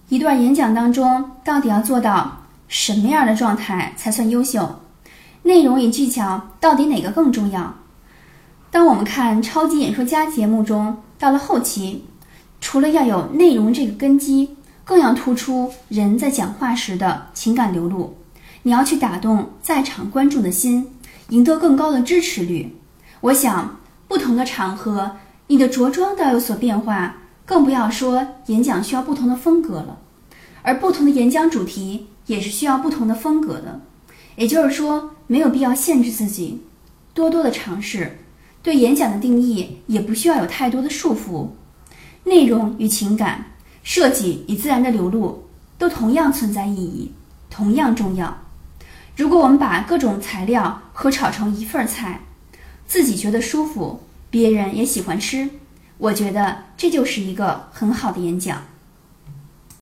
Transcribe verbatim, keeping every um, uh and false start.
一段演讲当中到底要做到什么样的状态才算优秀？内容与技巧到底哪个更重要？当我们看超级演说家节目中，到了后期，除了要有内容这个根基，更要突出人在讲话时的情感流露。你要去打动在场观众的心，赢得更高的支持率。我想，不同的场合，你的着装都要有所变化，更不要说演讲需要不同的风格了。而不同的演讲主题也是需要不同的风格的。也就是说，没有必要限制自己，多多的尝试。对演讲的定义也不需要有太多的束缚。内容与情感、设计与自然的流露都同样存在意义，同样重要。如果我们把各种材料合炒成一份菜，自己觉得舒服，别人也喜欢吃，我觉得这就是一个很好的演讲。